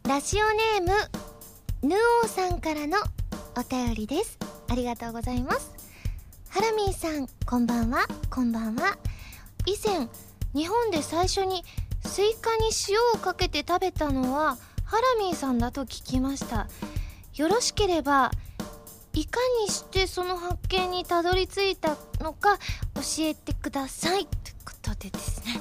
ラジオネームヌオさんからのお便りです。ありがとうございます。ハラミーさん、こんばんは。こんばんは。以前日本で最初にスイカに塩をかけて食べたのはハラミーさんだと聞きました。よろしければいかにしてその発見にたどり着いたのか教えてくださいということでですね。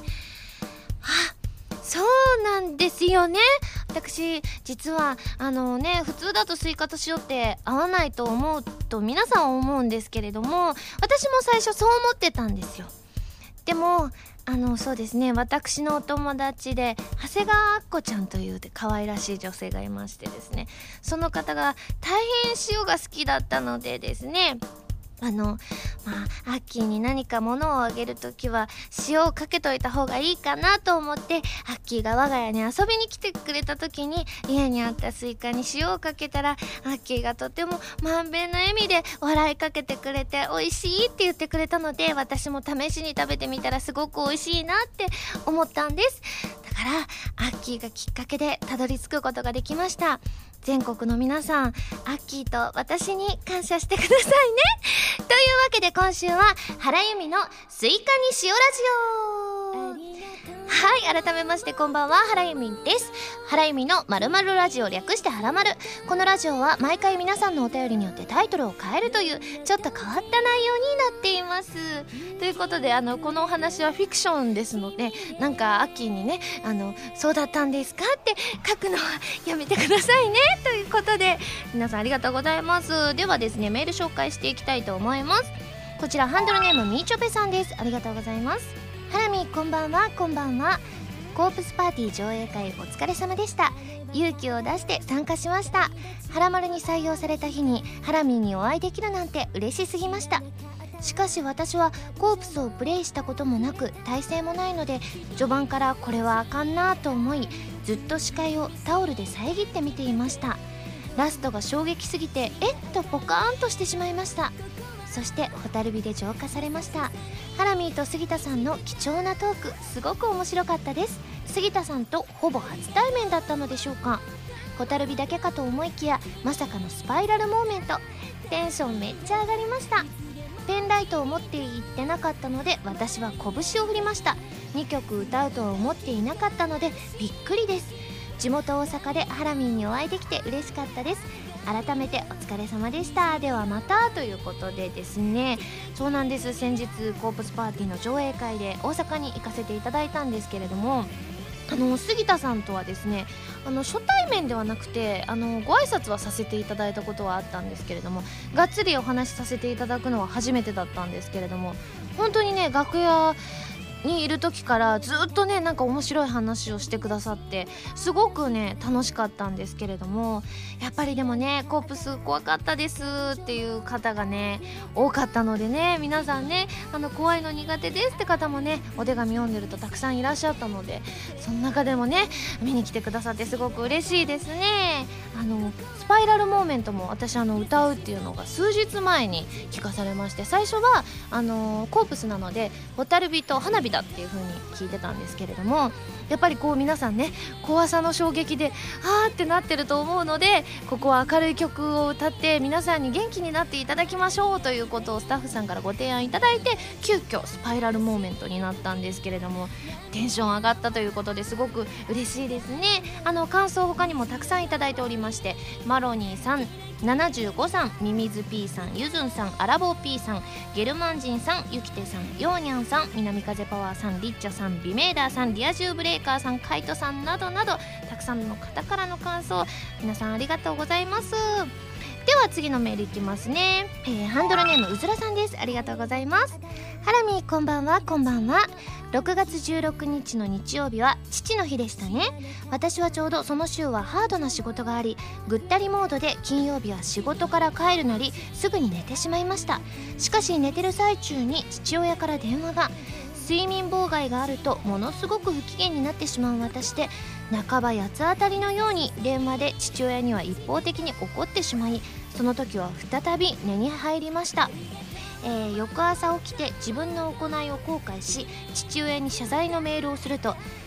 そうなんですよね。私実は普通だとスイカと塩って合わないと思うと皆さん思うんですけれども、私も最初そう思ってたんですよ。でもそうですね、私のお友達で長谷川あっこちゃんという可愛らしい女性がいましてですね、その方が大変塩が好きだったのでですね、アッキーに何か物をあげるときは塩をかけといた方がいいかなと思って、アッキーが我が家に遊びに来てくれたときに家にあったスイカに塩をかけたら、アッキーがとてもまんべんな笑みで笑いかけてくれて美味しいって言ってくれたので、私も試しに食べてみたらすごく美味しいなって思ったんです。だからアッキーがきっかけでたどり着くことができました。全国の皆さん、アッキーと私に感謝してくださいね。というわけで今週は原由美のスイカに塩ラジオ。はい、改めましてこんばんは、原由美です。原由美の〇〇ラジオ、略してはらまる。このラジオは毎回皆さんのお便りによってタイトルを変えるというちょっと変わった内容になっています。ということでこのお話はフィクションですので、なんかアッキーにねそうだったんですかって書くのはやめてくださいねということで、皆さんありがとうございます。ではですね、メール紹介していきたいと思います。こちらハンドルネームみーちょぺさんです。ありがとうございます。ハラミこんばんは。こんばんは。コープスパーティー上映会お疲れ様でした。勇気を出して参加しました。ハラマルに採用された日にハラミにお会いできるなんて嬉しすぎました。しかし私はコープスをプレイしたこともなく耐性もないので、序盤からこれはあかんなと思い、ずっと視界をタオルで遮って見ていました。ラストが衝撃すぎてポカーンとしてしまいました。そしてホタルビで浄化されました。ハラミーと杉田さんの貴重なトーク、すごく面白かったです。杉田さんとほぼ初対面だったのでしょうか。ホタルビだけかと思いきや、まさかのスパイラルモーメント。テンションめっちゃ上がりました。ペンライトを持っていってなかったので私は拳を振りました。2曲歌うとは思っていなかったのでびっくりです。地元大阪でハラミーにお会いできて嬉しかったです。改めてお疲れ様でした。ではまたということでですね、そうなんです。先日コープスパーティーの上映会で大阪に行かせていただいたんですけれども、杉田さんとはですね初対面ではなくてご挨拶はさせていただいたことはあったんですけれども、がっつりお話しさせていただくのは初めてだったんですけれども、本当にね楽屋にいる時からずっとねなんか面白い話をしてくださってすごくね楽しかったんですけれども、やっぱりでもねコープス怖かったですっていう方がね多かったのでね、皆さんね怖いの苦手ですって方もねお手紙読んでるとたくさんいらっしゃったので、その中でもね見に来てくださってすごく嬉しいですね。スパイラルモーメントも私歌うっていうのが数日前に聞かされまして、最初はコープスなのでホタルビと花火だっていう風に聞いてたんですけれども、やっぱりこう皆さんね怖さの衝撃であーってなってると思うので、ここは明るい曲を歌って皆さんに元気になっていただきましょうということをスタッフさんからご提案いただいて、急遽スパイラルモーメントになったんですけれども、テンション上がったということですごく嬉しいですね。感想他にもたくさんいただいておりまして、マロニーさん、75さん、ミミズ P さん、ゆずんさん、アラボー P さん、ゲルマンジンさん、ゆきてさん、ヨーニャンさん、南風パワーさん、リッチャさん、ビメーダーさん、リア充ブレーカーさん、カイトさんなどなどたくさんの方からの感想、皆さんありがとうございます。では次のメールいきますね。ハンドルネームうずらさんです。ありがとうございます。ハラミこんばんは。こんばんは。6月16日の日曜日は父の日でしたね。私はちょうどその週はハードな仕事があり、ぐったりモードで金曜日は仕事から帰るなりすぐに寝てしまいました。しかし寝てる最中に父親から電話が。睡眠妨害があるとものすごく不機嫌になってしまう私で、半ば八つ当たりのように電話で父親には一方的に怒ってしまい、その時は再び寝に入りました。翌朝起きて自分の行いを後悔し、父親に謝罪のメールをすると、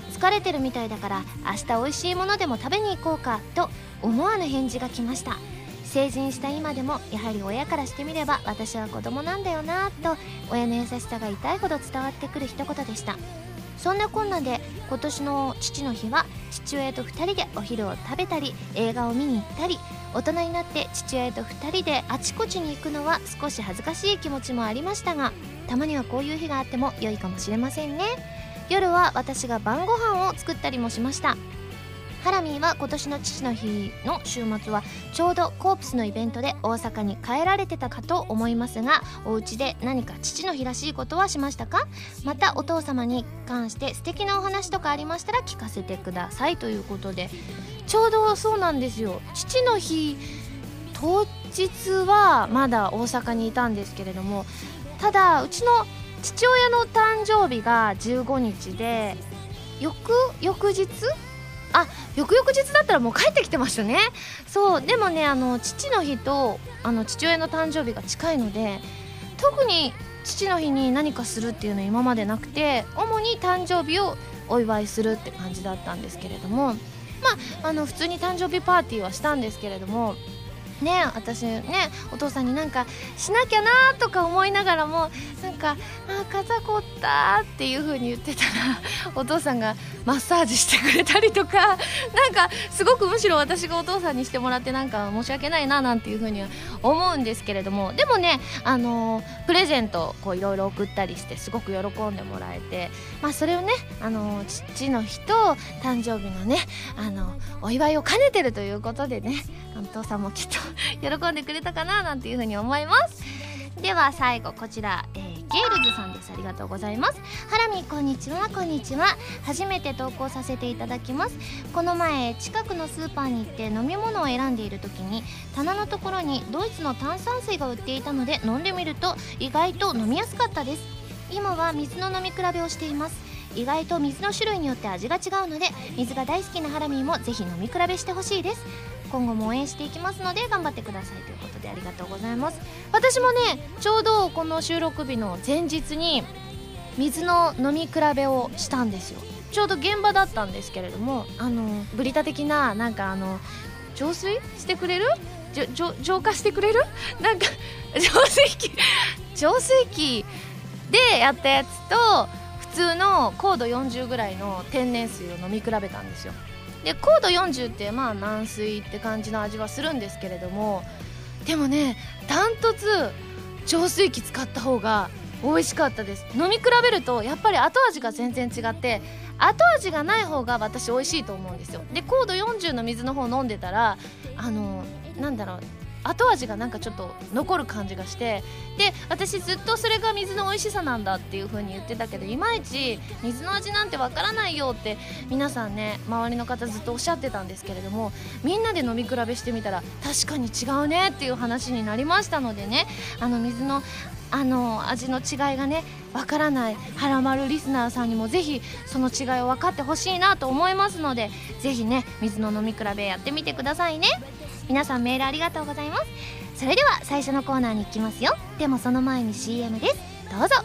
疲れてるみたいだから明日美味しいものでも食べに行こうかと思わぬ返事が来ました。成人した今でもやはり親からしてみれば私は子供なんだよなと親の優しさが痛いほど伝わってくる一言でした。そんなこんなで今年の父の日は父親と2人でお昼を食べたり映画を見に行ったり、大人になって父親と2人であちこちに行くのは少し恥ずかしい気持ちもありましたが、たまにはこういう日があっても良いかもしれませんね。夜は私が晩ご飯を作ったりもしました。ハラミーは今年の父の日の週末はちょうどコープスのイベントで大阪に帰られてたかと思いますが、お家で何か父の日らしいことはしましたか？またお父様に関して素敵なお話とかありましたら聞かせてくださいということで、ちょうどそうなんですよ。父の日当日はまだ大阪にいたんですけれども、ただうちの父親の誕生日が15日で翌々日だったらもう帰ってきてましたね。そうでもね、父の日と父親の誕生日が近いので、特に父の日に何かするっていうのは今までなくて、主に誕生日をお祝いするって感じだったんですけれども、普通に誕生日パーティーはしたんですけれどもね、私ねお父さんになんかしなきゃなとか思いながらも、なんか肩凝ったっていう風に言ってたらお父さんがマッサージしてくれたりとか、なんかすごくむしろ私がお父さんにしてもらってなんか申し訳ないななんていう風には思うんですけれども、でもねプレゼントこういろいろ送ったりしてすごく喜んでもらえて、それをね父の日と誕生日のねお祝いを兼ねてるということでね、お父さんもきっと喜んでくれたかななんていう風に思います。では最後こちら、ゲールズさんです。ありがとうございます。ハラミこんにちは。こんにちは。初めて投稿させていただきます。この前近くのスーパーに行って飲み物を選んでいる時に棚のところにドイツの炭酸水が売っていたので飲んでみると意外と飲みやすかったです。今は水の飲み比べをしています。意外と水の種類によって味が違うので水が大好きなハラミーもぜひ飲み比べしてほしいです。今後も応援していきますので頑張ってくださいということでありがとうございます。私もねちょうどこの収録日の前日に水の飲み比べをしたんですよ。ちょうど現場だったんですけれども、ブリタ的ななんか浄水してくれる浄化してくれるなんか浄水器でやったやつと普通の高度40ぐらいの天然水を飲み比べたんですよ。で高度40って軟水って感じの味はするんですけれども、でもねダントツ浄水器使った方が美味しかったです。飲み比べるとやっぱり後味が全然違って、後味がない方が私美味しいと思うんですよ。で高度40の水の方飲んでたらなんだろう、後味がなんかちょっと残る感じがして、で私ずっとそれが水の美味しさなんだっていう風に言ってたけど、いまいち水の味なんてわからないよって皆さんね周りの方ずっとおっしゃってたんですけれども、みんなで飲み比べしてみたら確かに違うねっていう話になりましたのでね、水の味の違いがねわからないはらまるリスナーさんにもぜひその違いを分かってほしいなと思いますので、ぜひね水の飲み比べやってみてくださいね。皆さんメールありがとうございます。それでは最初のコーナーに行きますよ。でもその前に CM です。どうぞ。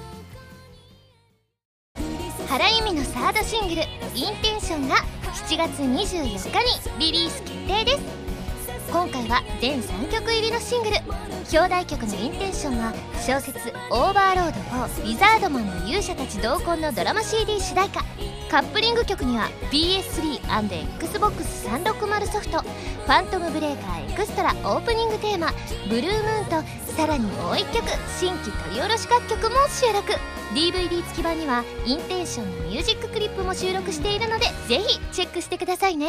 原由美のサードシングル「インテンション」が7月24日にリリース決定です。今回は全3曲入りのシングル。表題曲の「インテンション」は小説「オーバーロード4ウィザードマンの勇者たち同梱」のドラマ CD 主題歌。カップリング曲には PS3&Xbox360 ソフト「ファントムブレーカーエクストラ」オープニングテーマ「ブルームーン」とさらにもう1曲新規取り下ろし楽曲も収録。 DVD 付き版にはインテンションのミュージッククリップも収録しているのでぜひチェックしてくださいね。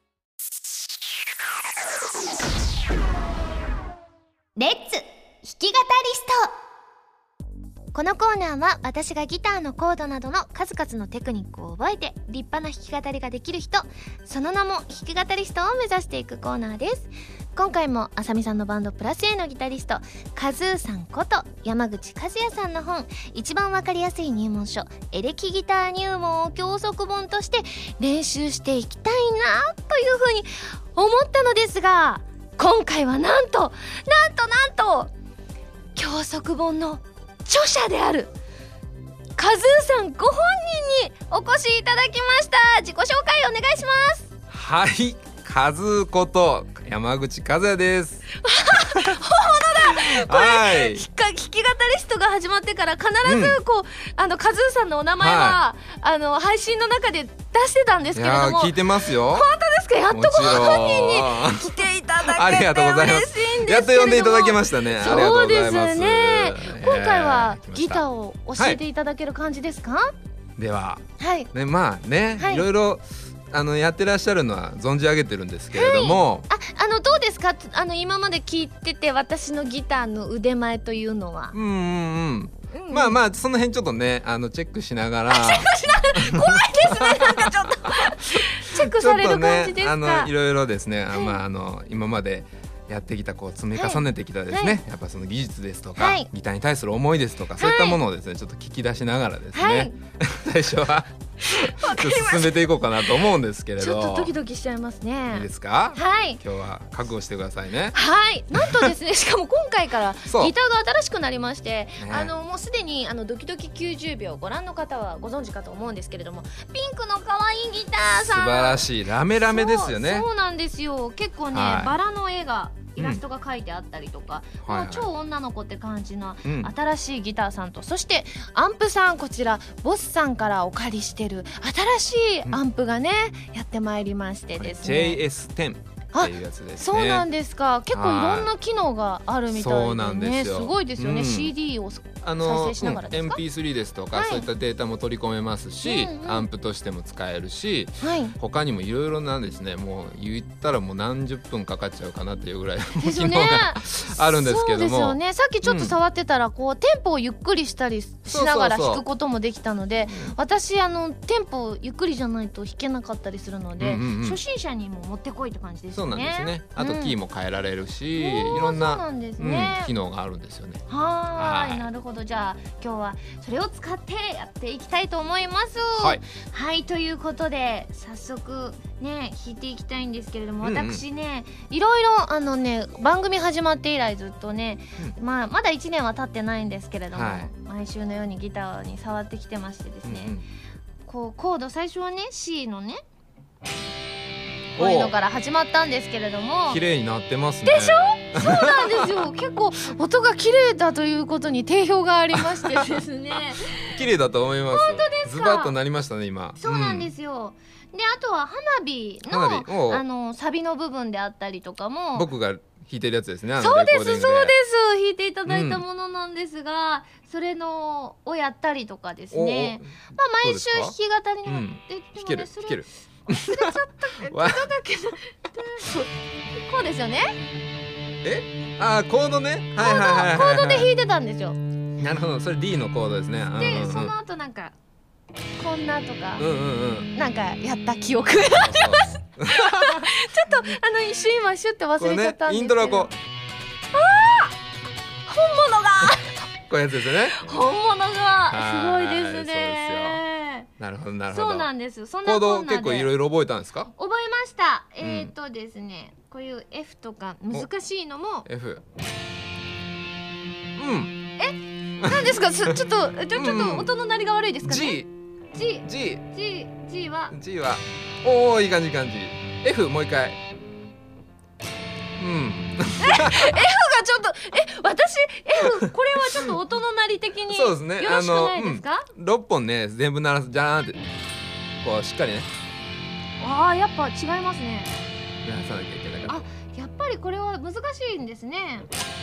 レッツ弾き語りスト。このコーナーは私がギターのコードなどの数々のテクニックを覚えて立派な弾き語りができる人、その名も弾き語りストを目指していくコーナーです。今回もあさみさんのバンドプラス A のギタリストカズーさんこと山口和也さんの本一番わかりやすい入門書エレキギター入門を教則本として練習していきたいなというふうに思ったのですが、今回はなんと教則本の著者であるカズーさんご本人にお越しいただきました。自己紹介お願いします。 はい、カズーこと山口和也です。 本物だ。これ、 はい、 弾き語りストが始まってから必ずこう、カズーさんのお名前は、配信の中で出してたんですけれども、 聞いてますよ。 本当ですか？やっとご本人に来ていただけて嬉しいんですけれども、 やっと呼んでいただきましたね。 そうですね。今回はギターを教えていただける感じですか？ では、 はいね、まあね、 はい、 いろいろやってらっしゃるのは存じ上げてるんですけれども、 はい、どうですか？今まで聞いてて私のギターの腕前というのは。まあまあその辺ちょっとねチェックしながらチェックしながら怖いですね。なんかちょっとチェックされる感じですか？ ね、いろいろですね、今までやってきた積み重ねてきたですね、やっぱその技術ですとか、ギターに対する思いですとか、そういったものをですねちょっと聞き出しながらですね、最初は進めていこうかなと思うんですけれど、 ちょっとドキドキしちゃいますね。 いいですか？ はい、 今日は覚悟してくださいね。 はい、なんとですねしかも今回からギターが新しくなりまして、もうすでにドキドキ90秒ご覧の方はご存知かと思うんですけれども、ピンクの可愛いギターさん、 素晴らしいラメラメですよね。 そうなんですよ。結構ね、バラの絵がイラストが描いてあったりとか、もう超女の子って感じの新しいギターさんと、そしてアンプさん、こちらボスさんからお借りしてる新しいアンプがね、やってまいりましてですね、 JS10 っていうやつですね。 そうなんですか。結構いろんな機能があるみたいでね、 そうなんですよ。 すごいですよね、CD を再生しながらですか？ MP3 ですとか、そういったデータも取り込めますし、アンプとしても使えるし、他にもいろいろなんですね。もう言ったらもう何十分かかっちゃうかなっていうぐらいの機能があるんですけども、そうですよね。 さっきちょっと触ってたらこうテンポをゆっくりしたりしながら弾くこともできたので、私テンポゆっくりじゃないと弾けなかったりするので、初心者にももってこいって感じですね。 そうなんですね。あとキーも変えられるし、いろんな機能があるんですよね。 はい、なるほど。じゃあ今日はそれを使ってやっていきたいと思います。はい、ということで早速ね弾いていきたいんですけれども、私ねいろいろ番組始まって以来ずっとね、まだ1年は経ってないんですけれども、毎週のようにギターに触ってきてましてですね、こうコード最初はね C のねこういうのから始まったんですけれども、 綺麗になってますね。 でしょ？そうなんですよ。結構音が綺麗だということに定評がありましてですね綺麗だと思います。 本当ですか？ ズバッとなりましたね今。 そうなんですよ。であとは花火のサビの部分であったりとかも、 僕が弾いてるやつですね。 そうですそうです、弾いていただいたものなんですが、それのをやったりとかですね、毎週弾き語りになって弾ける弾ける忘れちゃったけどこうですよね。 コードね。 コードで弾いてたんですよ。 なるほど、それ D のコードですね。 でその後なんかこんなとかなんかやった記憶がありますちょっと一瞬今シュッて忘れちゃったんですけど、 イントロこう本物がこういうやつですよね。 本物がすごいですね。 なるほどなるほど。 そうなんです。そんなこんなでコード結構いろいろ覚えたんですか？ 覚えました。ですね、こういう F とか難しいのも F。 何ですか？ちょっと音の鳴りが悪いですかね。G はおー、いい感じいい感じ。F もう一回。 F がちょっと私 F これはちょっと音の鳴り的によろしくないですか ？6本ね全部鳴らす、じゃーんってこうしっかりね。 やっぱ違いますね。 鳴らさなきゃいけないから。 やっぱりこれは難しいんですね。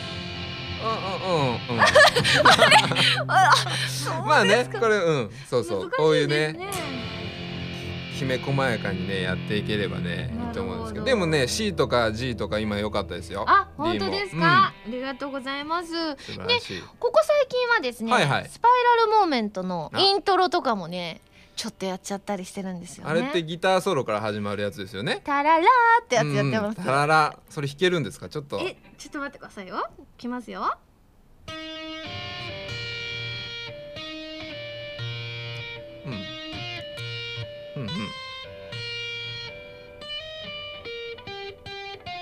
まあね、これそうこういうねきめ細やかにねやっていければねいいと思うんですけど、でもね C とか G とか今良かったですよ。 本当ですか？ありがとうございます。でここ最近はですね、スパイラルモーメントのイントロとかもねちょっとやっちゃったりしてるんですよね。 あれってギターソロから始まるやつですよね。 タララーってやつやってます。 タララ、それ弾けるんですか？ちょっとちょっと待ってくださいよ。きますよ。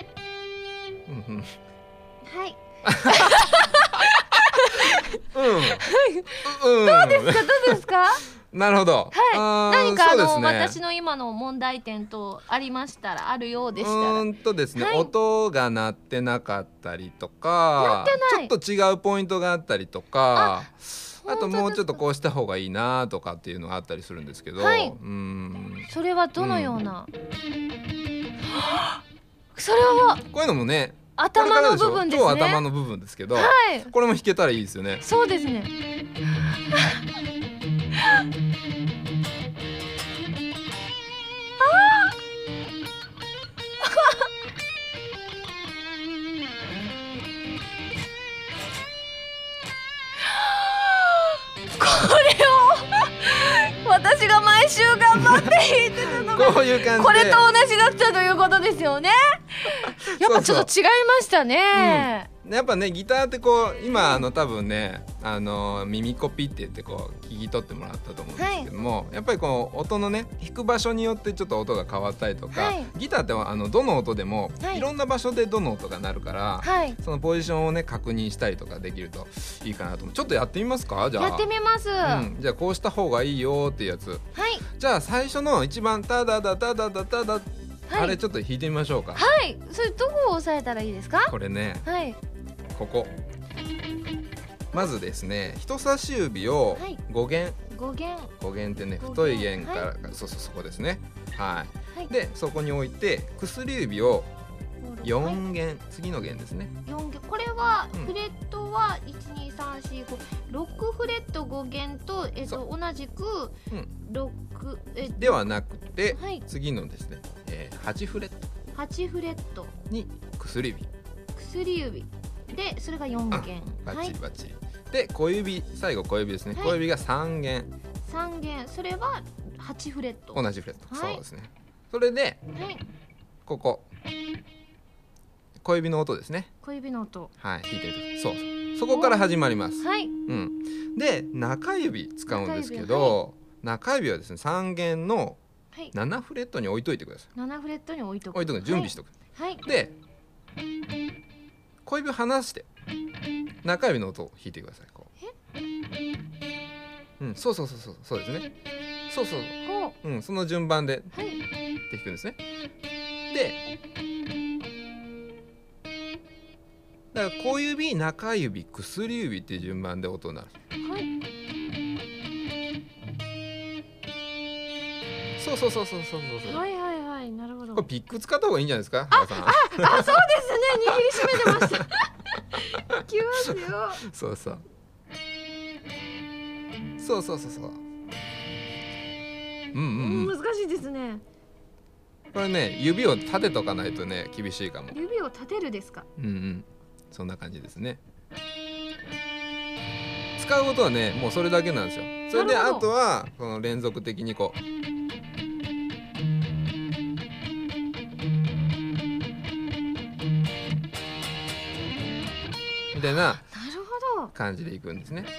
はいどうですかなるほど。 何かそうですね、 私の今の問題点とありましたら、あるようでしたら。 ですね、音が鳴ってなかったりとか、ちょっと違うポイントがあったりとか、あともうちょっとこうした方がいいなとかっていうのがあったりするんですけど、 それはどのような、それはこういうのもね、 頭の部分ですね。 超頭の部分ですけど、これも弾けたらいいですよね。 そうですね。これを私が毎週頑張って弾いてたのがこういう感じで、 これと同じだったということですよね。やっぱちょっと違いましたね。 やっぱね、ギターってこう今多分ね、耳コピって言ってこう聞き取ってもらったと思うんですけども、やっぱりこう音のね、弾く場所によってちょっと音が変わったりとか、ギターってどの音でもいろんな場所でどの音が鳴るから、そのポジションをね確認したりとかできるといいかなと思う。ちょっとやってみますか？じゃあやってみます。 じゃあこうした方がいいよっていうやつ。じゃあ最初の一番タダダタダダタダ、あれちょっと弾いてみましょうか。 それどこを押さえたらいいですか？ これね、ここまずですね、人差し指を5弦、5弦ってね、太い弦から、そこですね。でそこに置いて、薬指を4弦、次の弦ですね。 4弦、これはフレットは12345、6フレット5弦と同じく6、 ではなくて、次のですね、8フレット、 8フレットに薬指で、それが4弦。バッチリバッチリ。で小指、最後小指ですね。小指が3弦、 それは8フレット、 同じフレット。そうですね。それでここ小指の音ですね。 小指の音、 弾いてると、そこから始まります。で中指使うんですけど、中指はですね、3弦の7フレットに置いといてください。 7フレットに置いとく、 準備しとく。で小指を離して中指の音を弾いてください。こう、そうですね。その順番で弾くんですね。でだから小指、中指、薬指っていう順番で音になる。そうなるほど。これピック使った方がいいんじゃないですか、原さん。 そうですね、握りしめてました。いきますよ。難しいですね。 これね、指を立てとかないとね、厳しいかも。 指を立てるですか？ そんな感じですね。使うことはね、もうそれだけなんですよ。それであとはこの連続的にこうみたいな感じでいくんですね。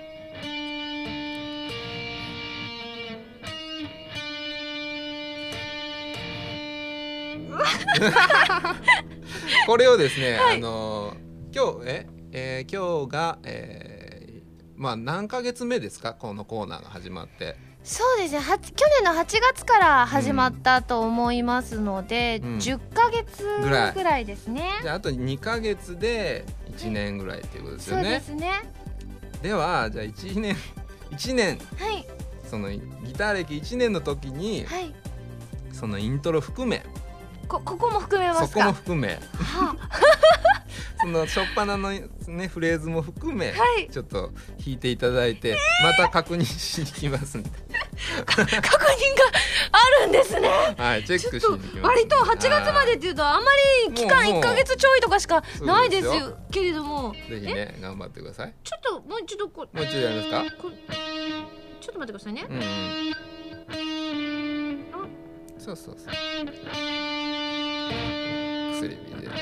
これをですね、今日が、何ヶ月目ですか、このコーナーが始まって。 そうですね、去年の8月から始まったと思いますので、10ヶ月ぐらいですね。 じゃああと2ヶ月で1年ぐらいっていうことですよね。 そうですね。 ではじゃあ1年そのギター歴1年の時に、そのイントロ含め、 ここも含めますか？ そこも含め、その初っ端のねフレーズも含め、ちょっと弾いていただいて、また確認しに来ますんで。 確認があるんですね。 チェックしに来ます。 割と8月までっていうとあんまり期間1ヶ月ちょいとかしかないですけれども、 ぜひね頑張ってください。 ちょっともう一度もう一度やりますか？ ちょっと待ってくださいね。 そう薬指で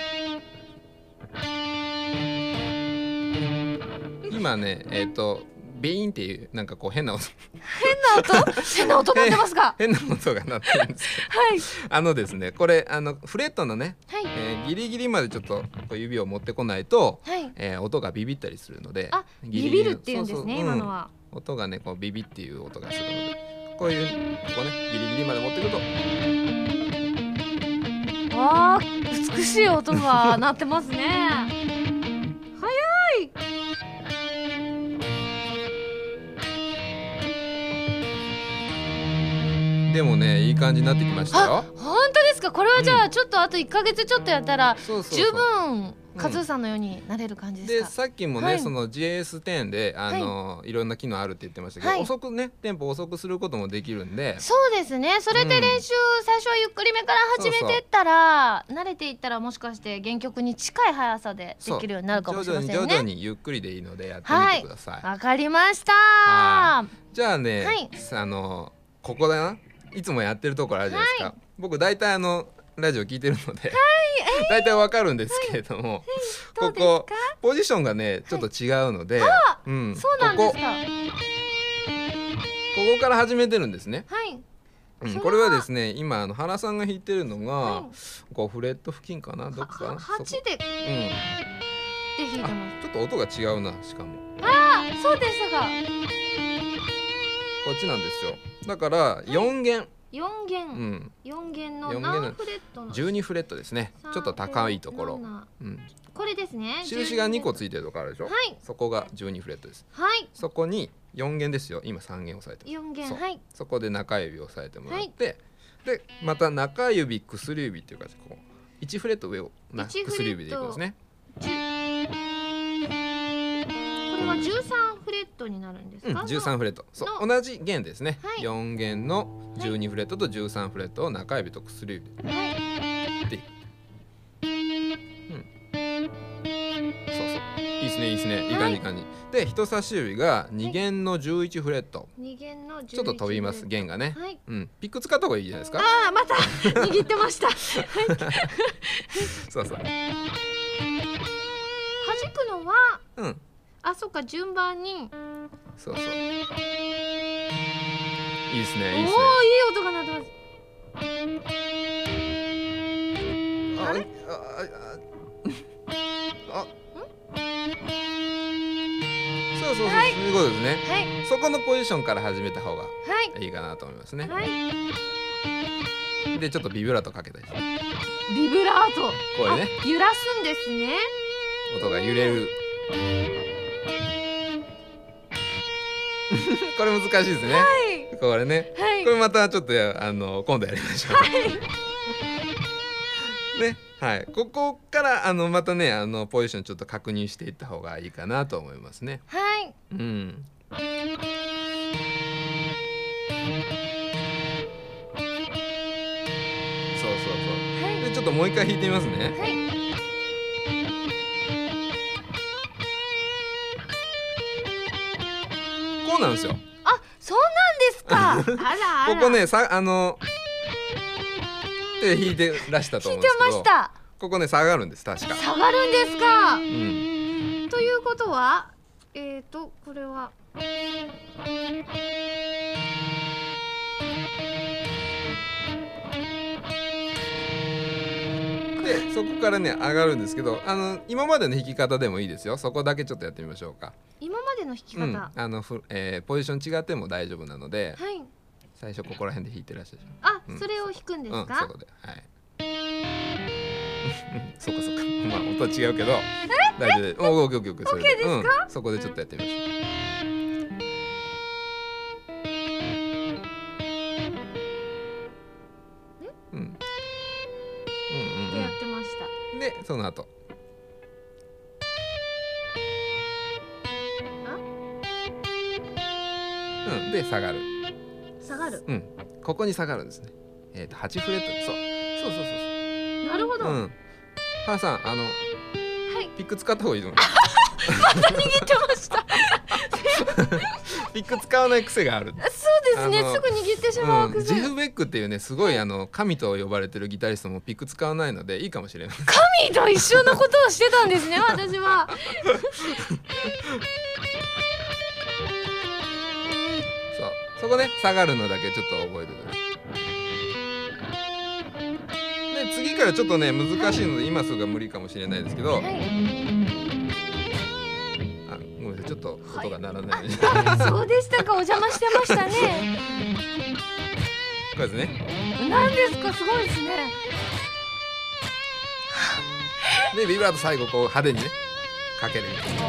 今ねビーンっていうなんかこう変な音変な音鳴ってますか？ 変な音が鳴ってるんですけどですね、これフレットのね、ギリギリまでちょっとこう指を持ってこないと、音がビビったりするので、 ビビるっていうんですね、今のは。 音がねこうビビっていう音がするので、こういうここねギリギリまで持ってくると、 美しい音が鳴ってますね。早い。 でもね、いい感じになってきましたよ。 本当ですか？これはじゃあちょっとあと1ヶ月ちょっとやったら十分カズーさんのようになれる感じですか？ でさっきもね、その JS10 でいろんな機能あるって言ってましたけど、遅くねテンポ遅くすることもできるんで。 そうですね。それで練習、最初はゆっくりめから始めていったら、慣れていったらもしかして原曲に近い速さでできるようになるかもしれませんね。 徐々にゆっくりでいいのでやってみてください。 わかりました。 じゃあね、ここだな。いつもやってるところあるじゃないですか。僕大体ラジオ聞いてるので、大体わかるんですけれども、ここポジションがねちょっと違うので、 そうなんですか。ここから始めてるんですね。これはですね、今原さんが弾いてるのがこうフレット付近かな、どっかな、 8で弾いてます。 ちょっと音が違うな。しかもそうでしたか。 こっちなんですよ。だから4弦、 4弦の何フレットの 12フレットですね。ちょっと高いところ、 これですね。 印が2個ついてるところあるでしょ。そこが12フレットです。そこに4弦ですよ。今3弦押さえてます。4弦、そこで中指を押さえてもらって、でまた中指薬指っていうか、こう1フレット上を薬指でいくんですね。 これは13フレットになるんですか ？13フレット、そう同じ弦ですね。4弦の12フレットと13フレットを中指と薬指で、そうそう、いいですね、いいですね、いい感じいい感じで、人差し指が2弦の11フレット、ちょっと飛びます、弦がね。ピック使った方がいいじゃないですか。 また握ってました。 そうそう、弾くのはそっか、順番に。 そうそう、いいですね、いいですね。 いい音が鳴ってます。 そうそうそう、そういうことですね。そこのポジションから始めた方がいいかなと思いますね。でちょっとビブラートかけたりして、 ビブラート、 これね、 揺らすんですね。 音が揺れる。これ難しいですね。これね、これまたちょっと今度やりましょう。ね、ここからまたねポジションちょっと確認していった方がいいかなと思いますね。そうそうそう。でちょっともう一回弾いてみますね。こうなんですよ。 そうなんですか。 ここね、手弾いてらしたと思うんですけど、ここね下がるんです、確か。 下がるんですか。ということはこれはでそこからね上がるんですけど、今までの弾き方でもいいですよ。そこだけちょっとやってみましょうか。 今までの弾き方、 ポジション違っても大丈夫なので、最初ここら辺で弾いてらっしゃる。 それを弾くんですか？ そこで、そっかそっか、まあ音は違うけど大丈夫です。オッケーですか？そこでちょっとやってみましょう。 やってました。 でその後で下がる。ここに下がるんですね。8フレット。そう。 なるほど。 原さんピック使った方がいいと思う。 また握ってました。 ピック使わない癖がある。 そうですね、すぐ握ってしまう癖。 ジェフ・ベックっていうね、すごい神と呼ばれてるギタリストもピック使わないのでいいかもしれない。 神と一緒のことをしてたんですね、私は。 そこね下がるのだけちょっと覚えてください。で次からちょっとね難しいので今すぐは無理かもしれないですけど、 はい、 あ、ごめんなさい、ちょっと音が鳴らないように、 そうでしたか、お邪魔してましたね。 これですね。 何ですか、すごいですね。 でビブラート最後こう派手にねかける。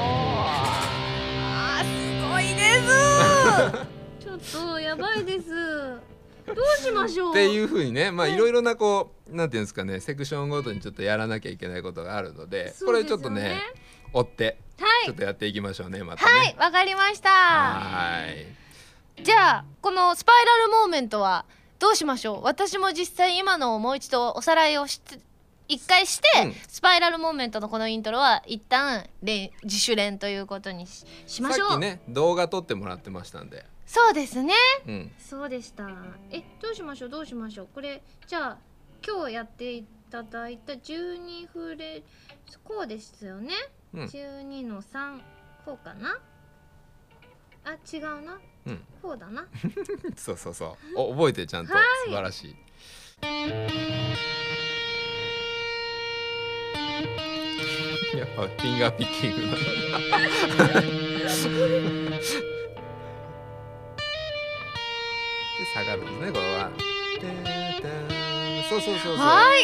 すごいですちょっとやばいです。どうしましょうっていう風にね、まあはいいろいろなこうなんていうんですかね、セクションごとにちょっとやらなきゃいけないことがあるので、これちょっとね追ってちょっとやっていきましょうね、またね。 はい、わかりました。 はい。 じゃあこのスパイラルモーメントはどうしましょう。私も実際今のをもう一度おさらいを一回して、スパイラルモーメントのこのイントロは一旦自主練ということに しましょう。 さっきね動画撮ってもらってましたんで。 そうですね、 そうでした。どうしましょうこれじゃあ今日やっていただいた12フレこうですよね、12の3こうかなあ、違うな、こうだなそうそうそう、覚えてちゃんと、素晴らしい。やっぱフィンガーピッキングで下がるんですね、これは。そうそうそうそう。 はい、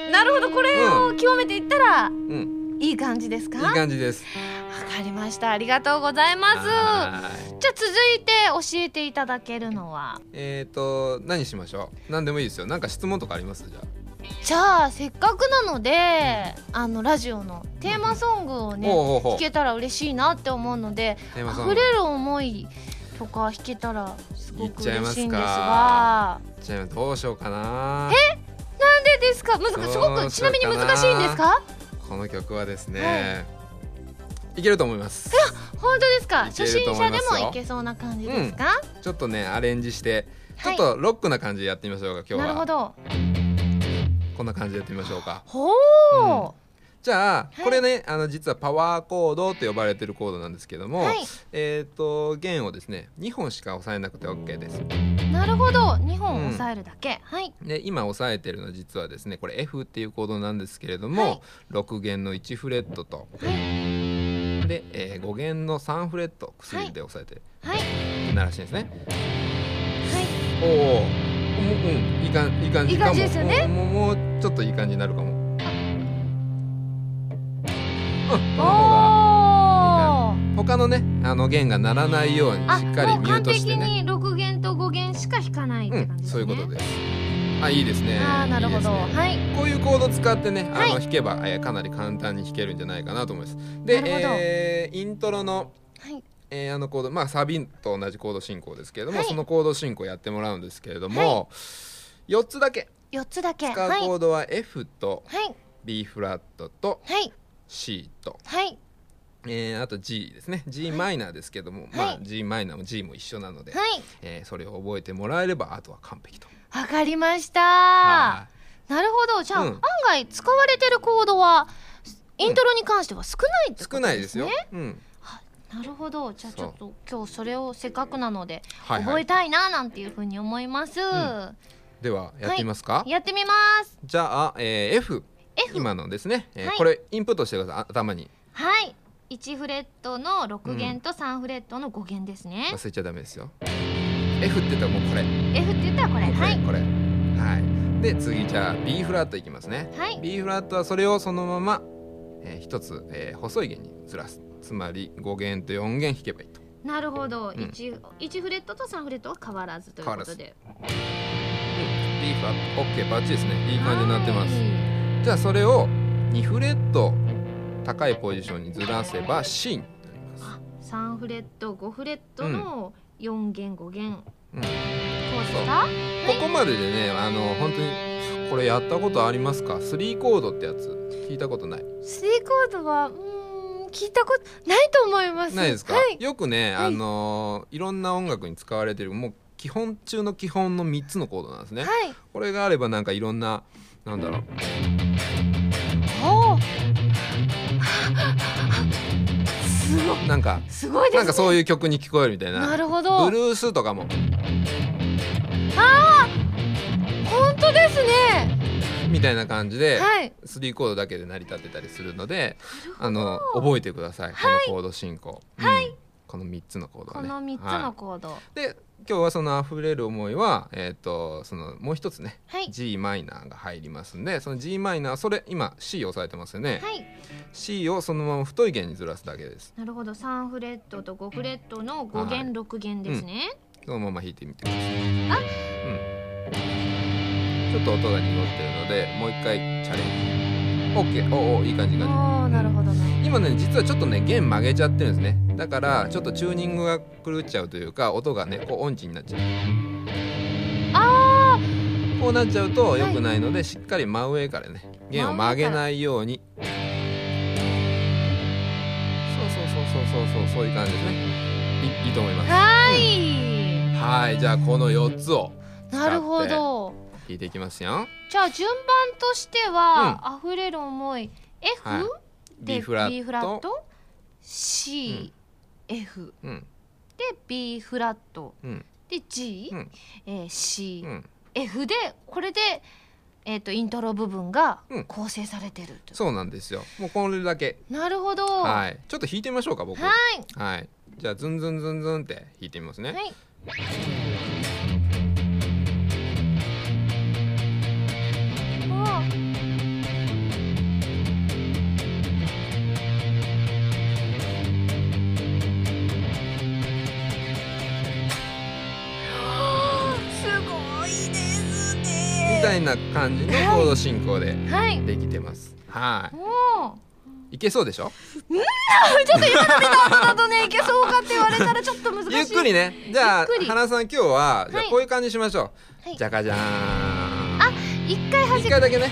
なるほど、これを極めていったら、いい感じですか。 いい感じです。 わかりました、ありがとうございます。じゃあ続いて教えていただけるのは何しましょう。何でもいいですよ。なんか質問とかあります？ じゃあせっかくなのでラジオのテーマソングをね弾けたら嬉しいなって思うので、溢れる思いとか弾けたらすごく嬉しいんですが。 じゃあどうしようかな。 なんでですか。すごくちなみに難しいんですか。 この曲はですね、いけると思います。 本当ですか。初心者でもいけそうな感じですか。 ちょっとねアレンジしてちょっとロックな感じでやってみましょうか今日は。なるほど。こんな感じでやってみましょうか。 ほう。 じゃあこれね実はパワーコードと呼ばれているコードなんですけども、弦をですね2本しか押さえなくて OK です。 なるほど、2本押さえるだけ。はい。 で今押さえてるのは実はですねこれ F っていうコードなんですけれども、6弦の1フレットと、で、5弦の3フレット薬で押さえて鳴らしてるんですね。はい。おお。いい感じかも。 ですよね。 もうちょっといい感じになるかも。他のね弦が鳴らないようにしっかりミュートしてね。 完璧に6弦と5弦しか弾かないって感じですね。 そういうことです。いいですね。 なるほど。はい。 こういうコード使ってね弾けばかなり簡単に弾けるんじゃないかなと思います。で、イントロのコード、サビと同じコード進行ですけれども、そのコード進行やってもらうんですけれども、4つだけ使うコードは F と B フラットと C と、あと G ですね。 G マイナーですけども、G マイナーも G も一緒なので、それを覚えてもらえればあとは完璧と。 わかりました。なるほど。じゃあ、案外使われてるコードはイントロに関しては少ないってことですね。なるほど。じゃあちょっと今日それをせっかくなので覚えたいななんていうふうに思います。 ではやってみますか。 やってみます。 じゃあ、F 今のですね、これインプットしてください、頭に。 はい。1フレットの6弦と3フレットの5弦ですね。 忘れちゃダメですよ。F って言ったらもうこれ。 F って言ったらこれ。はい。 これ。はい。で次じゃあ B フラットいきますね。B フラットはそれをそのまま一つ細い弦にずらす。つまり5弦と4弦弾けばいいと。なるほど。1フレットと3フレットは変わらずということで。B フラット OK バッチリですね。いい感じになってます。じゃあそれを2フレット高いポジションにずらせば C になります。3フレット5フレットの4弦5弦、こうですか。ここまででね本当にこれやったことありますか。3コードってやつ聞いたことない。3コードは聞いたことないと思います。ないですか。よくねいろんな音楽に使われてるもう基本中の基本の3つのコードなんですね。これがあればなんかいろんななんだろうなんかそういう曲に聞こえるみたいな。なるほど。ブルースとかも本当ですね。 みたいな感じで、 はい、 3コードだけで成り立ってたりするので、覚えてください、このコード進行、はい、この3つのコードはね、 この3つのコード、 で今日はその溢れる思いは、そのもう一つね、G マイナーが入りますんで、その G マイナー、それ今 C を押さえてますよね、C をそのまま太い弦にずらすだけです。 なるほど、3フレットと5フレットの5弦6弦ですね、 そのまま弾いてみてください。ちょっと音が濁ってるのでもう一回チャレンジ。 OK、いい感じいい感じ。 なるほどね。 今ね実はちょっとね弦曲げちゃってるんですね。だからちょっとチューニングが狂っちゃうというか、音がねこう音痴になっちゃう。こうなっちゃうと良くないので、しっかり真上からね弦を曲げないように、そういう感じですね。いいと思います。はい、じゃあこの4つをなるほど弾いていきますよ。 じゃあ順番としては、溢れる思い F、で B フラット C、F、で B フラット、で G、C、F でこれで、イントロ部分が構成されてると、 そうなんですよ。もうこれだけ。 なるほど。 はい、ちょっと弾いてみましょうか僕。はい、じゃあズンズンズンズンって弾いてみますね。みたいな感じのコード進行でできてます。いけそうでしょ。 ちょっと今の見た後だとね、いけそうかって言われたらちょっと難しい。 ゆっくりね。じゃあ花さん今日はじゃあこういう感じしましょう。じゃかじゃーん。 一回一回だけね。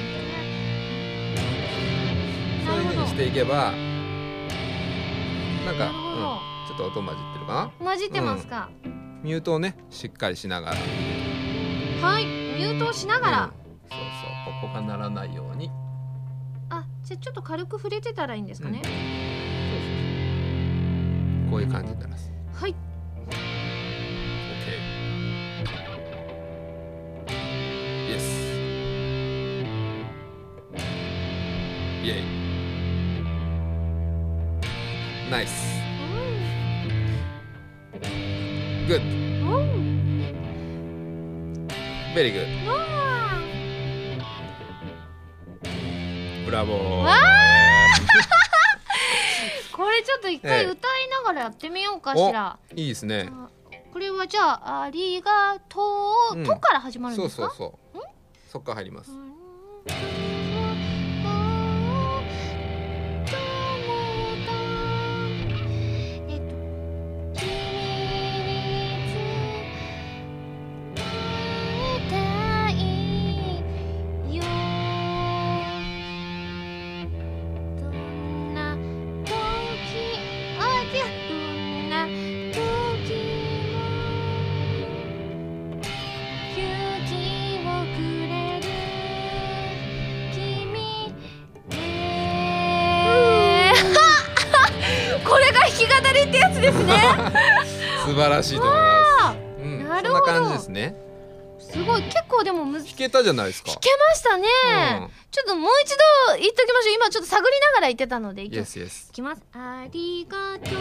そういう風にしていけばなんかちょっと音混じってるかな。 混じってますか。 ミュートをねしっかりしながら。 はい、ミュートをしながら、 ここが鳴らないように。 じゃあちょっと軽く触れてたらいいんですかね。 こういう感じになります。 はい。 OK。Yes。イエイ。ナイス。Good。Very good。ブラボー。これちょっと一回歌いながらやってみようかしら。 いいですね。 これはじゃあありがとうとから始まるんですか。 そっから入ります。 ってやつですね。 素晴らしいと思います。そんな感じですね。 すごい、結構でも弾けたじゃないですか。 弾けましたね。ちょっともう一度言っときましょう。今ちょっと探りながら言ってたのでいきます。いきます。ありがとう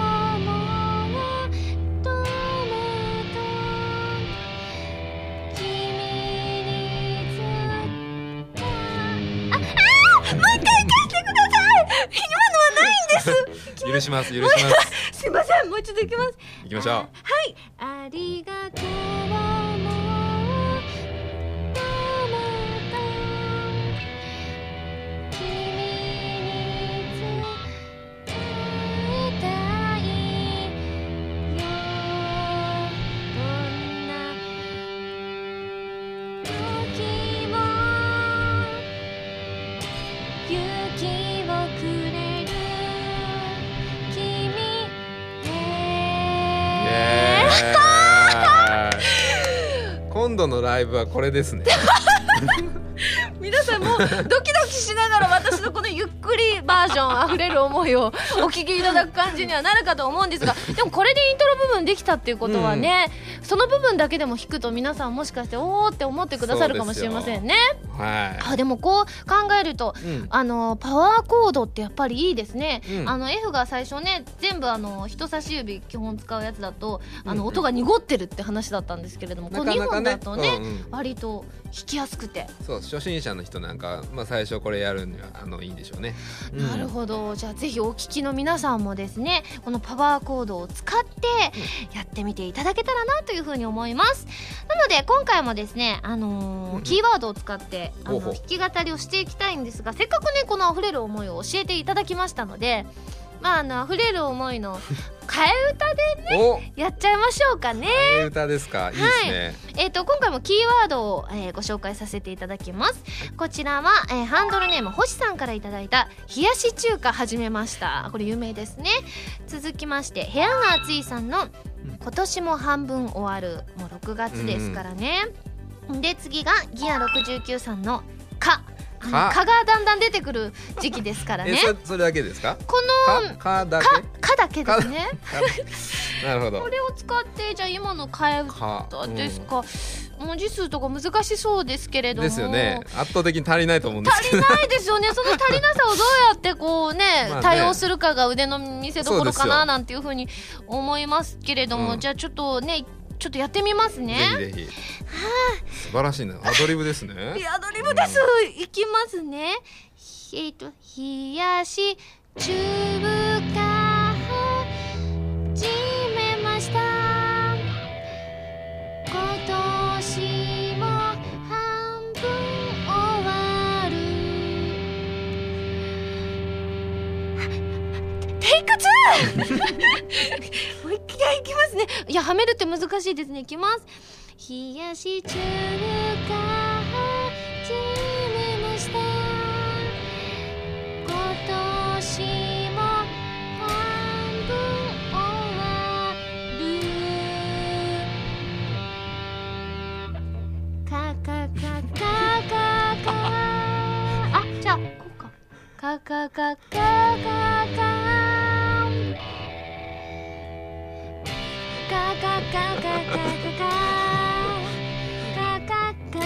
もう一回書いてください。今のはないんです。 許します。 すいません、もう一度いきます。 いきましょう。はい。 ありがとう。 今度のライブはこれですね。 皆さんもドキドキしながら私のこのゆっくりバージョンあふれる思いをお聞きいただく感じにはなるかと思うんですが、でもこれでイントロ部分できたっていうことはね、その部分だけでも弾くと皆さんもしかしておーって思ってくださるかもしれませんね。はい、でもこう考えると、パワーコードってやっぱりいいですね。F が最初ね全部人差し指基本使うやつだと音が濁ってるって話だったんですけれども、この2本だとね、割と弾きやすくて、 そう初心者の人なんか、最初これやるにはいいんでしょうね。 なるほど。じゃあぜひお聞きの皆さんもですね、このパワーコードを使ってやってみていただけたらなというふうに思います。なので今回もですね、キーワードを使って弾き語りをしていきたいんですが、せっかくねこの溢れる思いを教えていただきましたので、溢れる思いの替え歌でねやっちゃいましょうかね。 替え歌ですか。いいですね。 今回もキーワードを、ご紹介させていただきます。こちらは、ハンドルネーム星さんからいただいた冷やし中華始めました。これ有名ですね。続きまして部屋が暑いさんの今年も半分終わる、もう6月ですからね。で次がギア69さんの蚊がだんだん出てくる時期ですからね。 それだけですか。 この蚊だけですね。 なるほど。 これを使ってじゃあ今の替え歌ですか。文字数とか難しそうですけれども。ですよね。 圧倒的に足りないと思うんですけど。 足りないですよね。その足りなさをどうやってこうね対応するかが腕の見せ所かななんていうふうに思いますけれども、じゃあちょっとやってみますね。 ぜひぜひ。素晴らしいな。アドリブですね。 アドリブです。いきますね。冷やし中華始めました。今年も半分終わる。テイク2もう一回いきますね。いやはめるって難しいですね。いきます。冷やし中華始めました。今年も半分終わる。カカカカカカ。じゃあこうか。カカカカカカ。カカカカカカカ。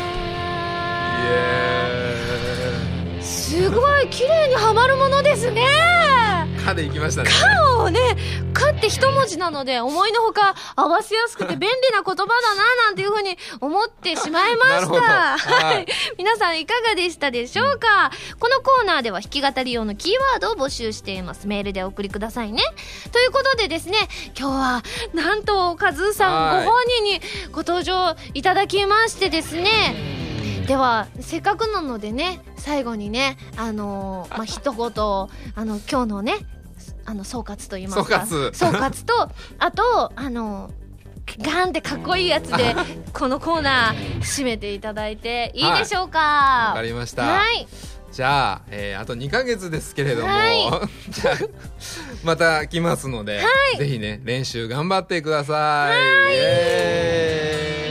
すごい綺麗にはまるものですね。 カでいきましたね。 カをね、カって一文字なので思いのほか合わせやすくて便利な言葉だななんていうふうに思ってしまいました。はい、皆さんいかがでしたでしょうか。このコーナーでは弾き語り用のキーワードを募集しています。メールでお送りくださいね。ということでですね、今日はなんとカズーさんご本人にご登場いただきましてですね、ではせっかくなのでね、最後にね一言今日のね総括と言いますか、総括とあとガーンってかっこいいやつでこのコーナー締めていただいていいでしょうか。 わかりました。はい、じゃあ、あと2ヶ月ですけれども、じゃあまた来ますので、ぜひね練習頑張ってください。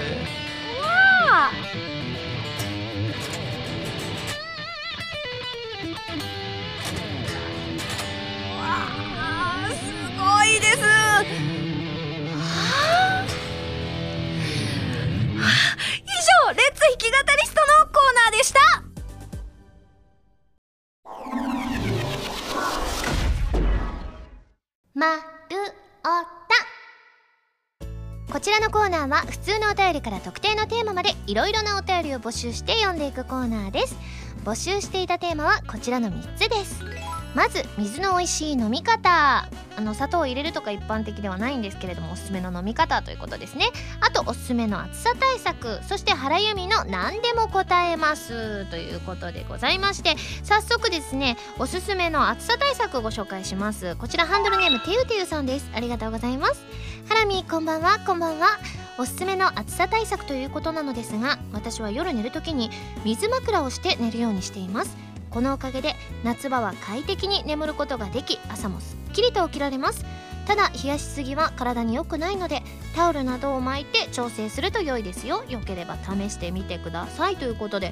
いいです。以上レッツ弾き語りストのコーナーでした。まるおた。こちらのコーナーは普通のお便りから特定のテーマまでいろいろなお便りを募集して読んでいくコーナーです。募集していたテーマはこちらの3つです。まず水の美味しい飲み方、砂糖を入れるとか一般的ではないんですけれどもおすすめの飲み方ということですね。あとおすすめの暑さ対策、そして原由美の何でも答えますということでございまして、早速ですねおすすめの暑さ対策をご紹介します。こちらハンドルネームてゆてゆさんです。ありがとうございます。ハラミこんばんは。こんばんは。おすすめの暑さ対策ということなのですが、私は夜寝るときに水枕をして寝るようにしています。このおかげで夏場は快適に眠ることができ、朝もすっきりと起きられます。ただ冷やしすぎは体に良くないのでタオルなどを巻いて調整すると良いですよ。良ければ試してみてくださいということで、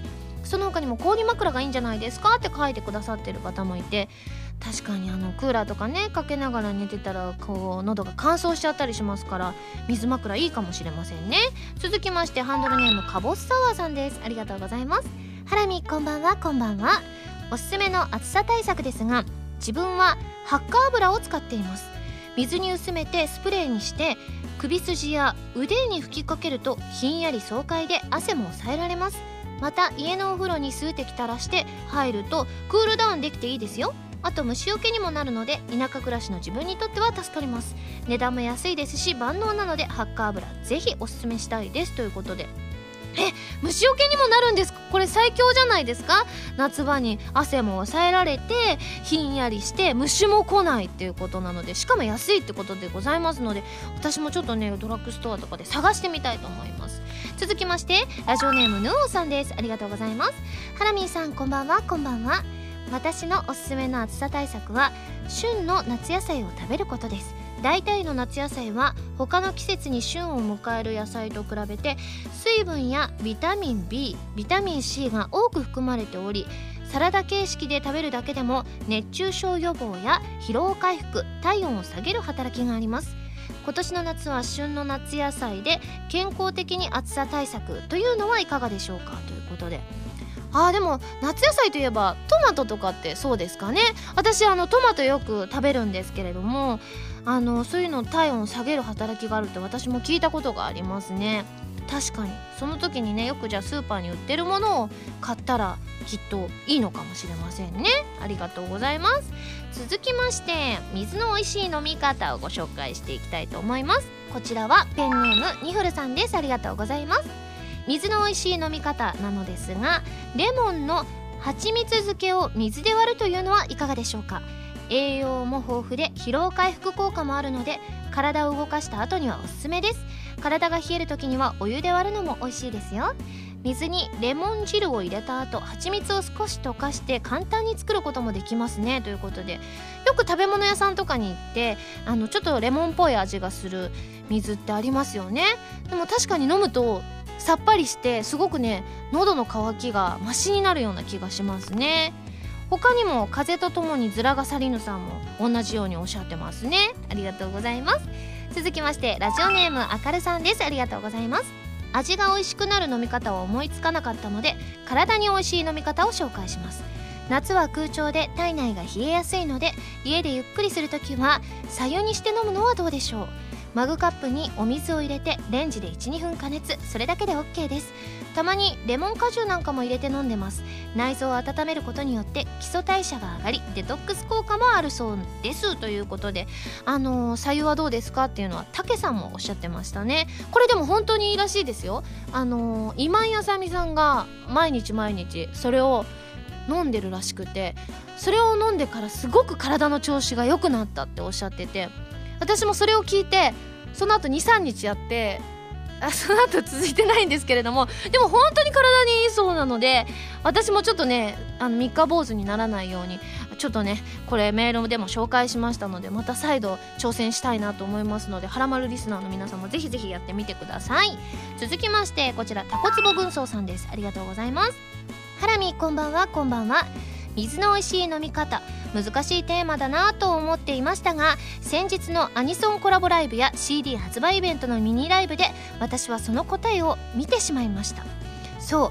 その他にも氷枕がいいんじゃないですかって書いてくださってる方もいて、確かにクーラーとかねかけながら寝てたらこう喉が乾燥しちゃったりしますから、水枕いいかもしれませんね。続きましてハンドルネームカボスサワーさんです。ありがとうございます。ハラミこんばんは。こんばんは。おすすめの暑さ対策ですが、自分はハッカー油を使っています。水に薄めてスプレーにして首筋や腕に吹きかけるとひんやり爽快で汗も抑えられます。また家のお風呂に数滴垂らして入るとクールダウンできていいですよ。あと虫除けにもなるので田舎暮らしの自分にとっては助かります。値段も安いですし万能なのでハッカー油ぜひおすすめしたいですということで、虫除けにもなるんですか？これ最強じゃないですか。夏場に汗も抑えられてひんやりして虫も来ないっていうことなので、しかも安いってことでございますので、私もちょっとねドラッグストアとかで探してみたいと思います。続きましてラジオネームヌオさんです。ありがとうございます。ハラミーさんこんばんは。こんばんは。私のおすすめの暑さ対策は旬の夏野菜を食べることです。大体の夏野菜は他の季節に旬を迎える野菜と比べて水分やビタミン B、ビタミン C が多く含まれており、サラダ形式で食べるだけでも熱中症予防や疲労回復、体温を下げる働きがあります。今年の夏は旬の夏野菜で健康的に暑さ対策というのはいかがでしょうかということで、でも夏野菜といえばトマトとかってそうですかね。私トマトよく食べるんですけれども、そういうの体温を下げる働きがあるって私も聞いたことがありますね。確かにその時にね、よくじゃあスーパーに売ってるものを買ったらきっといいのかもしれませんね。ありがとうございます。続きまして水の美味しい飲み方をご紹介していきたいと思います。こちらはペンネームニフルさんです。ありがとうございます。水の美味しい飲み方なのですが、レモンの蜂蜜漬けを水で割るというのはいかがでしょうか。栄養も豊富で疲労回復効果もあるので体を動かした後にはおすすめです。体が冷える時にはお湯で割るのも美味しいですよ。水にレモン汁を入れた後蜂蜜を少し溶かして簡単に作ることもできますねということで、よく食べ物屋さんとかに行ってちょっとレモンっぽい味がする水ってありますよね。でも確かに飲むとさっぱりしてすごくね喉の渇きがマシになるような気がしますね。他にも風とともにズラが去りぬさんも同じようにおっしゃってますね。ありがとうございます。続きましてラジオネームあかるさんです。ありがとうございます。味が美味しくなる飲み方を思いつかなかったので体に美味しい飲み方を紹介します。夏は空調で体内が冷えやすいので家でゆっくりするときは白湯にして飲むのはどうでしょう。マグカップにお水を入れてレンジで 1,2 分加熱、それだけで OK です。たまにレモン果汁なんかも入れて飲んでます。内臓を温めることによって基礎代謝が上がりデトックス効果もあるそうですということで、白湯はどうですかっていうのはたけさんもおっしゃってましたね。これでも本当にいいらしいですよ。今井あさみさんが毎日それを飲んでるらしくて、それを飲んでからすごく体の調子が良くなったっておっしゃってて、私もそれを聞いてその後 2,3 日やってその後続いてないんですけれども、でも本当に体にいいそうなので私もちょっとね三日坊主にならないようにちょっとねこれメールでも紹介しましたのでまた再度挑戦したいなと思いますので、はらまるリスナーの皆さんもぜひぜひやってみてください。続きましてこちらタコツボ軍曹さんです。ありがとうございます。ハラミこんばんは。こんばんは。水の美味しい飲み方、難しいテーマだなと思っていましたが、先日のアニソンコラボライブや CD 発売イベントのミニライブで私はその答えを見てしまいました。そう、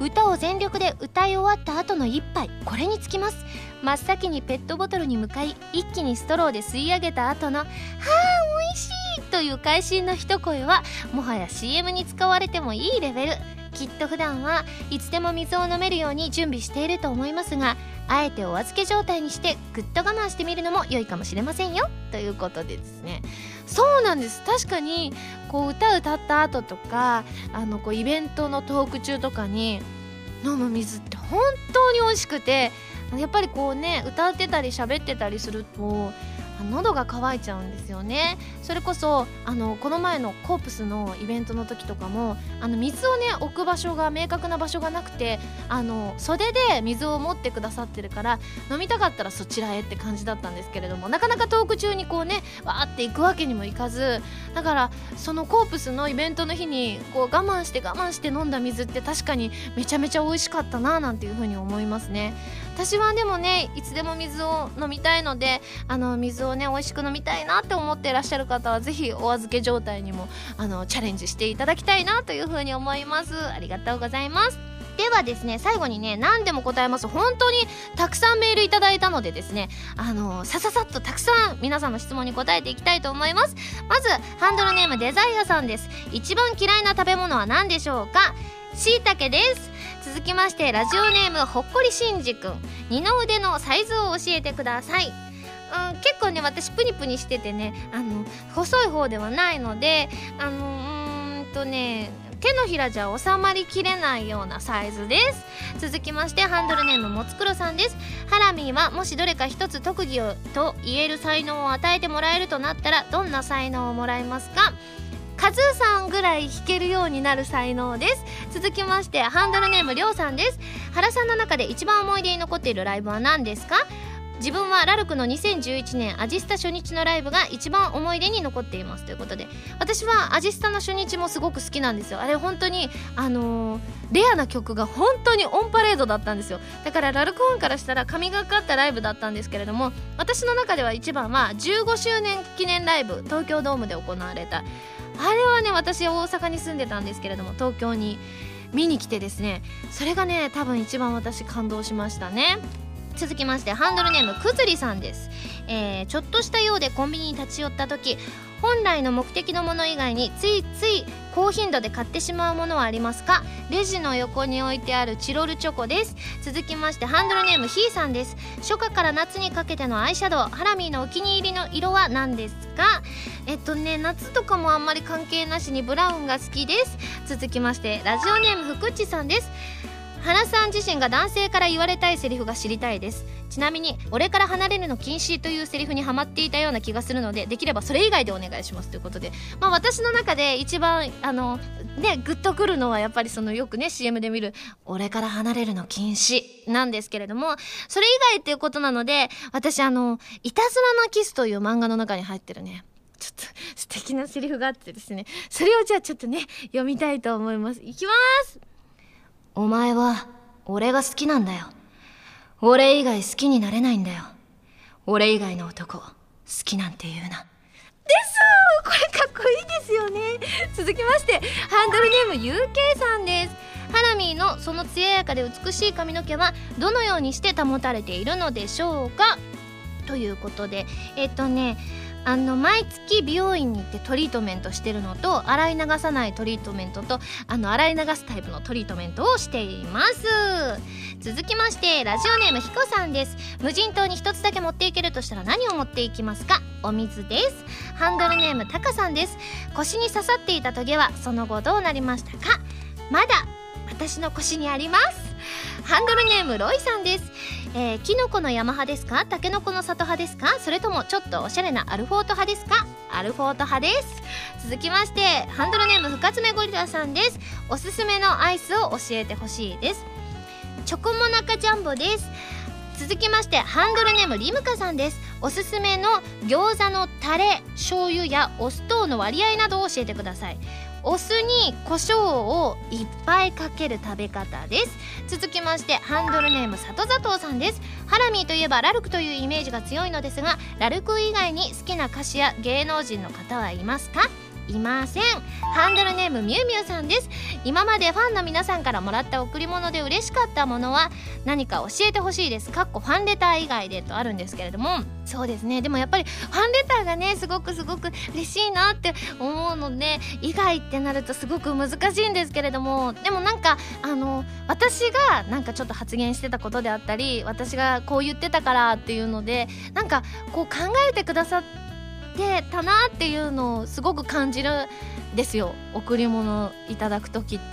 歌を全力で歌い終わった後の一杯、これにつきます。真っ先にペットボトルに向かい一気にストローで吸い上げた後の「はあ美味しい!」という会心の一声はもはや CM に使われてもいいレベル。きっと普段はいつでも水を飲めるように準備していると思いますが、あえてお預け状態にしてぐっと我慢してみるのも良いかもしれませんよということでですね。そうなんです。確かにこう歌った後とかこうイベントのトーク中とかに飲む水って本当に美味しくて、やっぱりこうね歌ってたり喋ってたりすると喉が渇いちゃうんですよね。それこそこの前のコープスのイベントの時とかも水をね置く場所が明確な場所がなくて袖で水を持ってくださってるから飲みたかったらそちらへって感じだったんですけれども、なかなかトーク中にこうねわーって行くわけにもいかず、だからそのコープスのイベントの日にこう我慢して飲んだ水って確かにめちゃめちゃ美味しかったななんていう風に思いますね。私はでもねいつでも水を飲みたいので水をね美味しく飲みたいなって思っていらっしゃる方はぜひお預け状態にもチャレンジしていただきたいなという風に思います。ありがとうございます。ではですね、最後にね何でも答えます。本当にたくさんメールいただいたのでですねさっとたくさん皆さんの質問に答えていきたいと思います。まずハンドルネームデザイアさんです。一番嫌いな食べ物は何でしょうか？しいたけです。続きましてラジオネームほっこりしんじくん、二の腕のサイズを教えてください。結構ね私プニプニしててね細い方ではないので手のひらじゃ収まりきれないようなサイズです。続きましてハンドルネームもつくろさんです。ハラミーはもしどれか一つ特技をと言える才能を与えてもらえるとなったらどんな才能をもらえますか？カズーさんぐらい弾けるようになる才能です。続きましてハンドルネームりょうさんです。原さんの中で一番思い出に残っているライブは何ですか？自分はラルクの2011年アジスタ初日のライブが一番思い出に残っていますということで、私はアジスタの初日もすごく好きなんですよ。あれ本当にレアな曲が本当にオンパレードだったんですよ。だからラルクオンからしたら神がかったライブだったんですけれども、私の中では一番は15周年記念ライブ東京ドームで行われたあれはね、私大阪に住んでたんですけれども東京に見に来てですね、それがね多分一番私感動しましたね。続きましてハンドルネームくずりさんです。ちょっとした用でコンビニに立ち寄った時、本来の目的のもの以外についつい高頻度で買ってしまうものはありますか？レジの横に置いてあるチロルチョコです。続きましてハンドルネームひーさんです。初夏から夏にかけてのアイシャドウ、ハラミーのお気に入りの色は何ですか？夏とかもあんまり関係なしにブラウンが好きです。続きましてラジオネームふくっちさんです。原さん自身が男性から言われたいセリフが知りたいです。ちなみに俺から離れるの禁止というセリフにハマっていたような気がするので、できればそれ以外でお願いしますということで、私の中で一番グッとくるのはやっぱりよくね CM で見る俺から離れるの禁止なんですけれども、それ以外っていうことなので、私いたずらなキスという漫画の中に入ってるねちょっと素敵なセリフがあってですね、それをじゃあちょっとね読みたいと思います。いきます。お前は俺が好きなんだよ。俺以外好きになれないんだよ。俺以外の男好きなんて言うな。です。これかっこいいですよね。続きましてハンドルネーム UK さんです。ハラミーのその艶やかで美しい髪の毛はどのようにして保たれているのでしょうか？ということで毎月美容院に行ってトリートメントしてるのと、洗い流さないトリートメントと洗い流すタイプのトリートメントをしています。続きましてラジオネームひこさんです。無人島に一つだけ持っていけるとしたら何を持っていきますか？お水です。ハンドルネームたかさんです。腰に刺さっていたトゲはその後どうなりましたか？まだ私の腰にあります。ハンドルネームロイさんです。キノコの山派ですか？タケノコの里派ですか？それともちょっとおしゃれなアルフォート派ですか？アルフォート派です。続きましてハンドルネーム深爪ゴリラさんです。おすすめのアイスを教えてほしいです。チョコモナカジャンボです。続きましてハンドルネームリムカさんです。おすすめの餃子のタレ、醤油やお酢等の割合などを教えてください。お酢に胡椒をいっぱいかける食べ方です。続きましてハンドルネーム里佐藤さんです。ハラミーといえばラルクというイメージが強いのですが、ラルク以外に好きな歌手や芸能人の方はいますか？いません。ハンドルネームみゅうみゅうさんです。今までファンの皆さんからもらった贈り物で嬉しかったものは何か教えてほしいです。ファンレター以外でとあるんですけれども、そうですね、でもやっぱりファンレターがねすごく嬉しいなって思うので、以外ってなるとすごく難しいんですけれども、でも私がちょっと発言してたことであったり、私がこう言ってたからっていうのでこう考えてくださってたなっていうのをすごく感じるんですよ、贈り物いただく時って。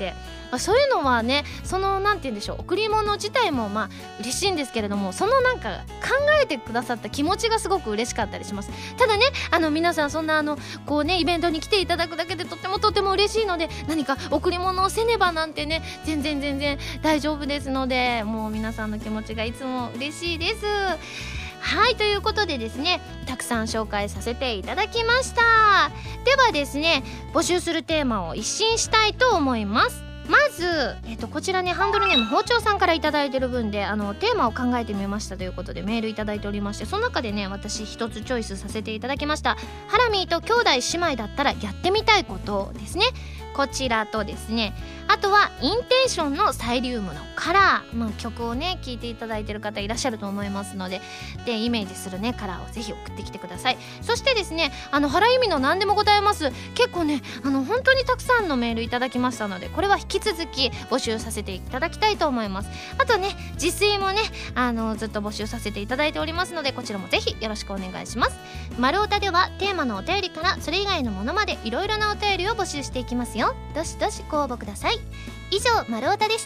そういうのはね、そのなんて言うんでしょう、贈り物自体もまあ嬉しいんですけれども、そのなんか考えてくださった気持ちがすごく嬉しかったりします。ただね、皆さんそんなこうねイベントに来ていただくだけでとても嬉しいので、何か贈り物をせねばなんてね、全然大丈夫ですので、もう皆さんの気持ちがいつも嬉しいです。はい、ということでですね、たくさん紹介させていただきました。ではですね、募集するテーマを一新したいと思います。まず、こちらね、ハンドルネーム包丁さんからいただいてる分でテーマを考えてみましたということでメールいただいておりまして、その中でね、私一つチョイスさせていただきました。ハラミーと兄弟姉妹だったらやってみたいことですね。こちらとですね、あとはインテンションのサイリウムのカラー、曲をね聴いていただいている方いらっしゃると思いますので、イメージするねカラーをぜひ送ってきてください。そしてですね、原由美の何でも答えます、結構ね本当にたくさんのメールいただきましたので、これは引き続き募集させていただきたいと思います。あとね、自炊もねずっと募集させていただいておりますので、こちらもぜひよろしくお願いします。丸太ではテーマのお便りからそれ以外のものまでいろいろなお便りを募集していきますよ。どしどしご応募ください。以上、丸太でした。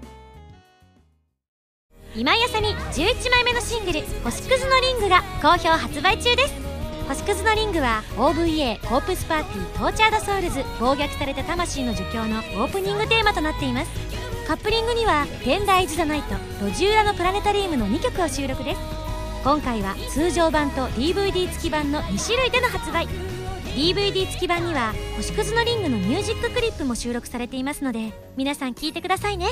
今井あさみ11枚目のシングル「星屑のリング」が好評発売中です。星屑のリングは OVA コープスパーティートーチャードソウルズ暴虐された魂の儒教のオープニングテーマとなっています。カップリングには「テンダーイズザナイト」路地裏のプラネタリウムの2曲を収録です。今回は通常版と DVD 付き版の2種類での発売。 DVD 付き版には星屑のリングのミュージッククリップも収録されていますので、皆さん聴いてくださいね。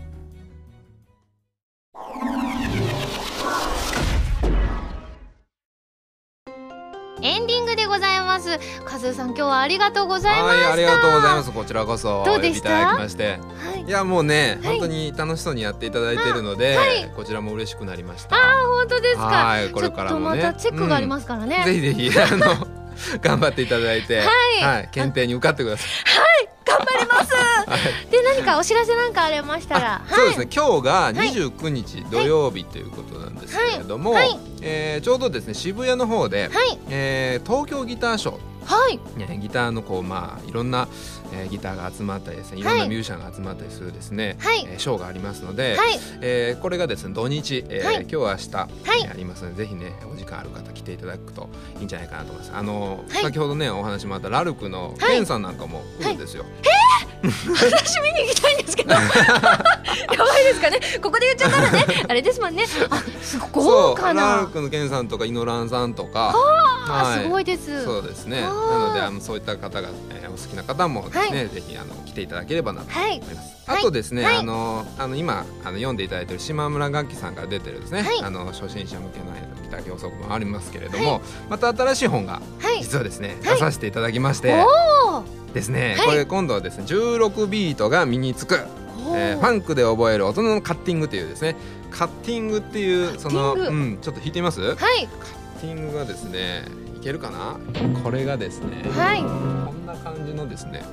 エンディングでございます。カズーさん、今日はありがとうございました。 はい、ありがとうございます。こちらこそどうでした？ いただきまして、 はい、 いやもうね、本当に楽しそうにやっていただいているので、こちらも嬉しくなりました。 本当ですか。 はい、これからもね、 ちょっとまたチェックがありますからね、 ぜひぜひ頑張っていただいて、検定に受かってください。 頑張ります。で、何かお知らせなんかありましたら、 そうですね、今日が29日土曜日ということなんですけれども、ちょうどですね、渋谷の方で東京ギターショー、ギターのいろんなギターが集まったりですね、いろんなミュージシャンが集まったりするですね、ショーがありますので、これがですね土日、今日明日ありますので、ぜひねお時間ある方来ていただくといいんじゃないかなと思います。先ほどねお話もあったラルクのケンさんなんかも来るんですよ。 私見に行きたいんですけどやばいですかね、ここで言っちゃったらねあれですもんね。すごい豪華なラルクのケンさんとかイノランさんとか、 すごいです。 そうですね、なのでそういった方が、お好きな方もですね、ぜひ来ていただければなと思います。あとですね、今読んでいただいている島村楽器さんから出てるですね、初心者向けのギター教則もありますけれども、また新しい本が実はですね、出させていただきましてですね、これ今度はですね16ビートが身につく、ファンクで覚える大人のカッティングというですね、カッティングっていうその、ちょっと弾いてみます？カッティングがですね、いけるかな？これがですね、こんな感じのですね、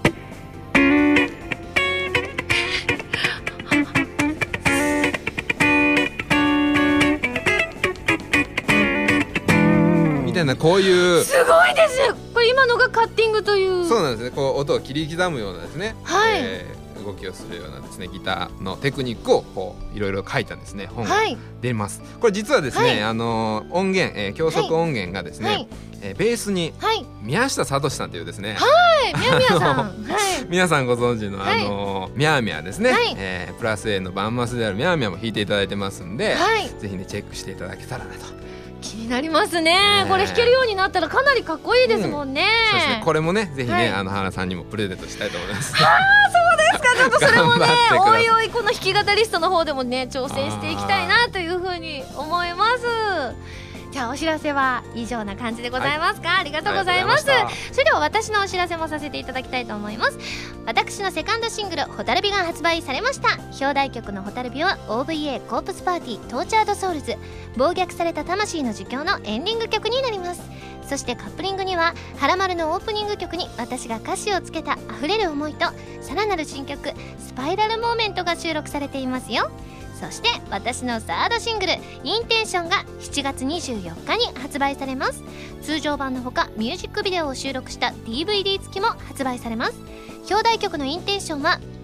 みたいな、こういうすごいです。これ今のがカッティングという。 そうなんですね、こう音を切り刻むようなですね、動きをするようなですねギターのテクニックをこういろいろ書いたんですね本が出ます。これ実はですね、音源、教則音源がですね、ベースに宮下聡さんというですね、 宮さん、 皆さんご存知のミャーミャーですね、プラス A のバンマスであるミャーミャーも弾いていただいてますんで、ぜひねチェックしていただけたらなと。 気になりますね。これ弾けるようになったらかなりかっこいいですもんね。 そうですね、これもねぜひね原さんにもプレゼントしたいと思います。 そうですか。ちょっとそれもねおいおいこの弾き語リストの方でもね挑戦していきたいなというふうに思います。じゃあお知らせは以上な感じでございますか？ありがとうございます。それでは私のお知らせもさせていただきたいと思います。私のセカンドシングル「蛍火」が発売されました。表題曲の「蛍火」は OVA コープスパーティートーチャードソウルズ暴虐された魂の儒教のエンディング曲になります。そしてカップリングにははらまるのオープニング曲に私が歌詞をつけた溢れる思いとさらなる新曲スパイラルモーメントが収録されていますよ。そして私のサードシングルインテンションが7月24日に発売されます。通常版のほかミュージックビデオを収録した DVD 付きも発売されます。表題曲のインテンションは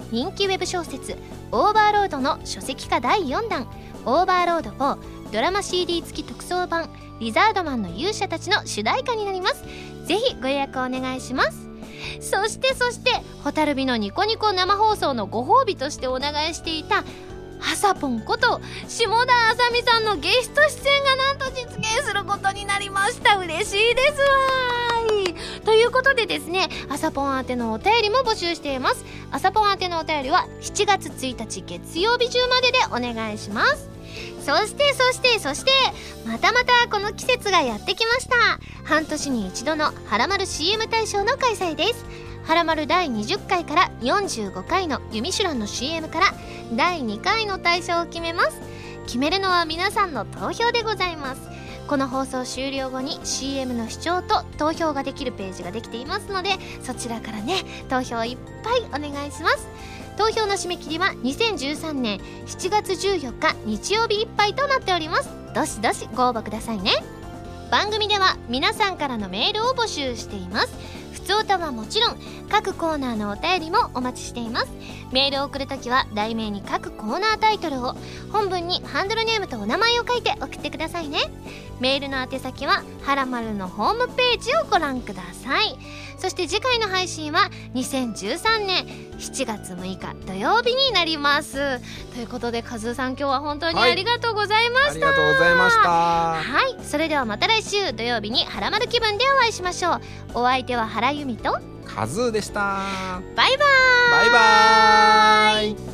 人気ウェブ小説オーバーロードの書籍化第4弾オーバーロード4ドラマ CD 付き特装版リザードマンの勇者たちの主題歌になります。ぜひご予約お願いします。そしてホタルビのニコニコ生放送のご褒美としてお願いしていたはさぽんこと下田あさみさんのゲスト出演がなんと実現することになりました。嬉しいですわー。ということでですね、あさぽん宛てのお便りも募集しています。あさぽん宛てのお便りは7月1日月曜日中まででお願いします。そしてまたこの季節がやってきました。半年に一度のはらまる CM 大賞の開催です。はらまる第20回から45回のユミシュランの CM から第2回の大賞を決めます。決めるのは皆さんの投票でございます。この放送終了後に CM の視聴と投票ができるページができていますので、そちらからね投票いっぱいお願いします。投票の締め切りは2013年7月14日日曜日いっぱいとなっております。どしどしご応募くださいね。番組では皆さんからのメールを募集しています。ふつおたはもちろん各コーナーのお便りもお待ちしています。メールを送るときは題名に各コーナータイトルを、本文にハンドルネームとお名前を書いて送ってくださいね。メールの宛先ははらまるのホームページをご覧ください。そして次回の配信は2013年7月6日土曜日になります。ということでカズーさん、今日は本当にありがとうございました。 ありがとうございました。 はい、それではまた来週土曜日にはらまる気分でお会いしましょう。お相手は原由美とカズーでした。 バイバーイ。バイバーイ。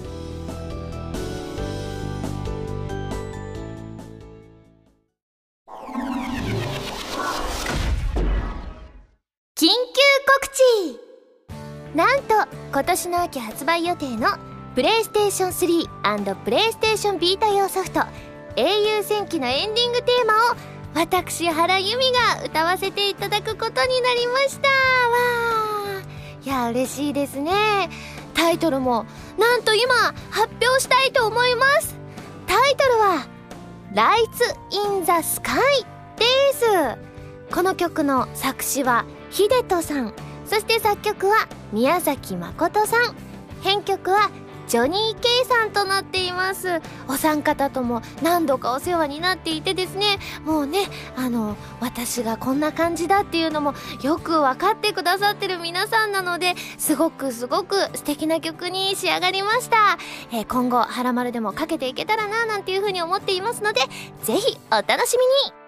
緊急告知。なんと今年の秋発売予定のプレイステーション3&プレイステーションビータ用ソフト英雄戦記のエンディングテーマを私原由美が歌わせていただくことになりました。わー、いや嬉しいですね。タイトルもなんと今発表したいと思います。タイトルはLights in the Sky です。この曲の作詞は秀人さん、そして作曲は宮崎誠さん、編曲はジョニー・ケイさんとなっています。お三方とも何度かお世話になっていてですね、もうね私がこんな感じだっていうのもよく分かってくださってる皆さんなので、すごく素敵な曲に仕上がりました。今後はらまるでもかけていけたらななんていう風に思っていますので、ぜひお楽しみに。